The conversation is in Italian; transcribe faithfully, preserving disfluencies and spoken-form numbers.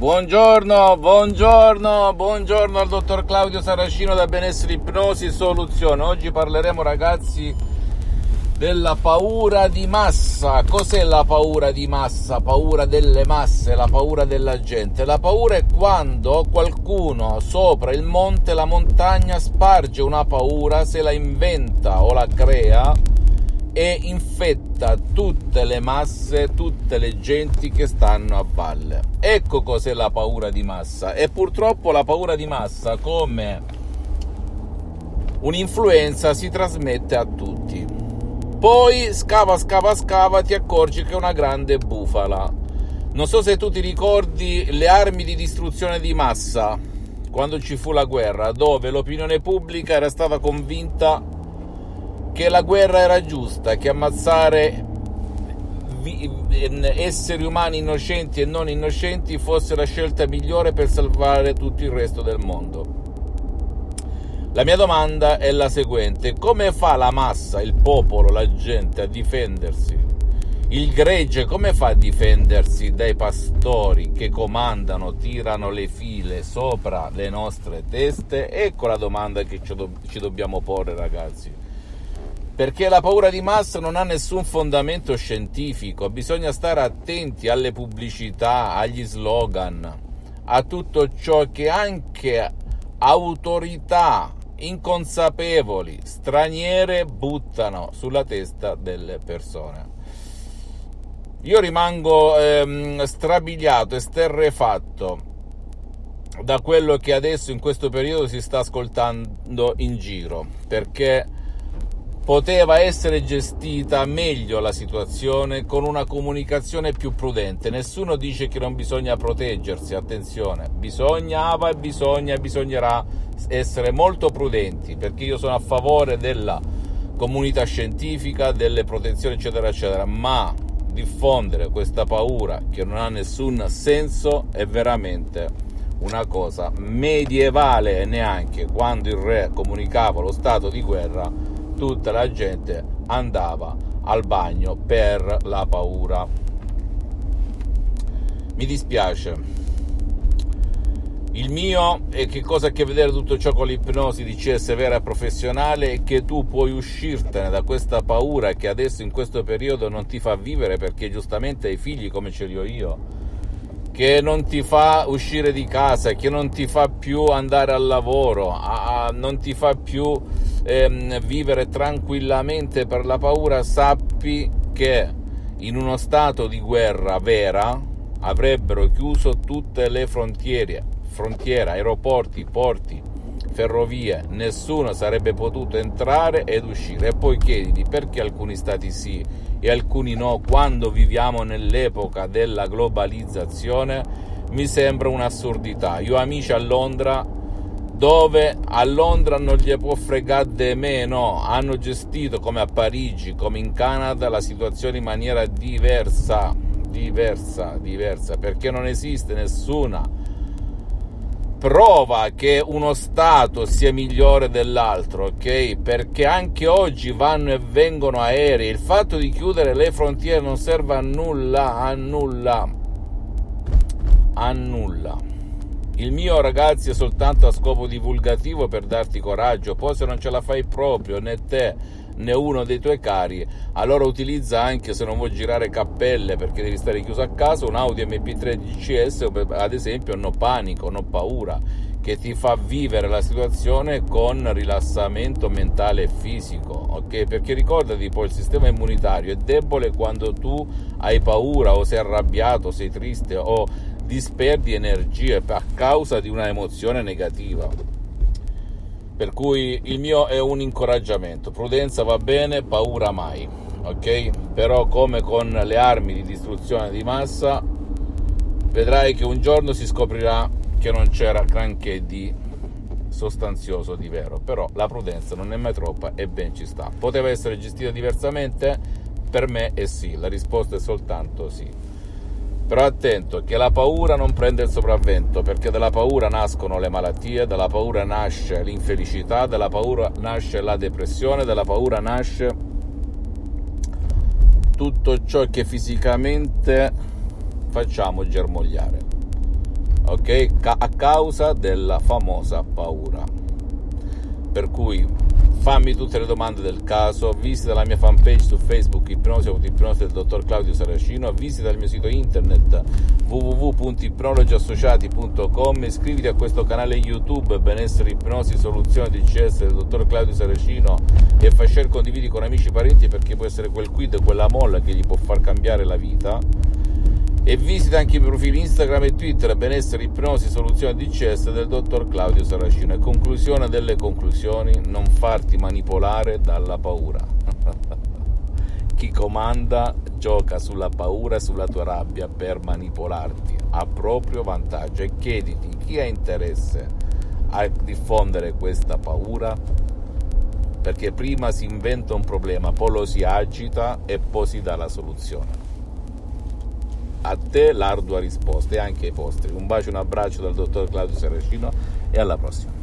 Buongiorno, buongiorno, buongiorno al dottor Claudio Saracino da Benessere Ipnosi Soluzione. Oggi parleremo, ragazzi, della paura di massa. Cos'è la paura di massa? Paura delle masse, la paura della gente. La paura è quando qualcuno sopra il monte, la montagna, sparge una paura, se la inventa o la crea e infetta tutte le masse, tutte le genti che stanno a valle. Ecco cos'è la paura di massa. E purtroppo la paura di massa, come un'influenza, si trasmette a tutti. Poi scava, scava, scava, ti accorgi che è una grande bufala. Non so se tu ti ricordi le armi di distruzione di massa, quando ci fu la guerra, dove l'opinione pubblica era stata convinta che la guerra era giusta, che ammazzare esseri umani innocenti e non innocenti fosse la scelta migliore per salvare tutto il resto del mondo. La mia domanda è la seguente: come fa la massa, il popolo, la gente a difendersi? Il gregge come fa a difendersi dai pastori che comandano, tirano le file sopra le nostre teste? Ecco la domanda che ci, do- ci dobbiamo porre, ragazzi. Perché la paura di massa non ha nessun fondamento scientifico, bisogna stare attenti alle pubblicità, agli slogan, a tutto ciò che anche autorità inconsapevoli, straniere, buttano sulla testa delle persone. Io rimango ehm, strabiliato, esterrefatto da quello che adesso in questo periodo si sta ascoltando in giro, perché poteva essere gestita meglio la situazione con una comunicazione più prudente. Nessuno dice che non bisogna proteggersi, attenzione, bisognava e bisogna e bisognerà essere molto prudenti, perché io sono a favore della comunità scientifica, delle protezioni eccetera eccetera, ma diffondere questa paura che non ha nessun senso è veramente una cosa medievale. E neanche quando il re comunicava lo stato di guerra tutta la gente andava al bagno per la paura. Mi dispiace. Il mio è che cosa ha a che vedere tutto ciò con l'ipnosi di C S vera e professionale, è che tu puoi uscirtene da questa paura che adesso in questo periodo non ti fa vivere, perché giustamente hai figli come ce li ho io, che non ti fa uscire di casa, che non ti fa più andare al lavoro, a, a, non ti fa più ehm, vivere tranquillamente per la paura. Sappi che in uno stato di guerra vera avrebbero chiuso tutte le frontiere, frontiere, aeroporti, porti, ferrovie, nessuno sarebbe potuto entrare ed uscire. E poi chiediti perché alcuni stati sì e alcuni no, quando viviamo nell'epoca della globalizzazione. Mi sembra un'assurdità. Io ho amici a Londra, dove a Londra non gli può fregare di meno, hanno gestito come a Parigi, come in Canada, la situazione in maniera diversa, diversa, diversa, perché non esiste nessuna prova che uno Stato sia migliore dell'altro, ok? Perché anche oggi vanno e vengono aerei. Il fatto di chiudere le frontiere non serve a nulla, a nulla, a nulla. Il mio, ragazzi, è soltanto a scopo divulgativo, per darti coraggio. Poi se non ce la fai proprio, né te né uno dei tuoi cari, allora utilizza, anche se non vuoi girare cappelle perché devi stare chiuso a casa, un Audi M P tre D C S, ad esempio, no panico, no paura, che ti fa vivere la situazione con rilassamento mentale e fisico, ok? Perché ricordati, poi il sistema immunitario è debole quando tu hai paura o sei arrabbiato, sei triste o disperdi energie a causa di una emozione negativa. Per cui il mio è un incoraggiamento: prudenza va bene, paura mai, ok? Però come con le armi di distruzione di massa, vedrai che un giorno si scoprirà che non c'era granché di sostanzioso, di vero. Però la prudenza non è mai troppa e ben ci sta. Poteva essere gestita diversamente? Per me è sì, la risposta è soltanto sì. Però attento che la paura non prende il sopravvento, perché dalla paura nascono le malattie, dalla paura nasce l'infelicità, dalla paura nasce la depressione, dalla paura nasce tutto ciò che fisicamente facciamo germogliare. ok? Ca- a causa della famosa paura. Per cui fammi tutte le domande del caso, visita la mia fanpage su Facebook, ipnosi ipnosi del dottor Claudio Saracino, visita il mio sito internet w w w punto ipnologi associati punto com, iscriviti a questo canale YouTube Benessere Ipnosi Soluzione D C S del dottor Claudio Saracino e fai share, condividi con amici e parenti, perché può essere quel quid, quella molla che gli può far cambiare la vita. E visita anche i profili Instagram e Twitter Benessere Ipnosi Soluzione D C S del dottor Claudio Saracino. E conclusione delle conclusioni: non farti manipolare dalla paura. Chi comanda gioca sulla paura e sulla tua rabbia per manipolarti a proprio vantaggio, e chiediti chi ha interesse a diffondere questa paura, perché prima si inventa un problema, poi lo si agita e poi si dà la soluzione. A te l'ardua risposta e anche ai posteri. Un bacio, un abbraccio dal dottor Claudio Saracino e alla prossima.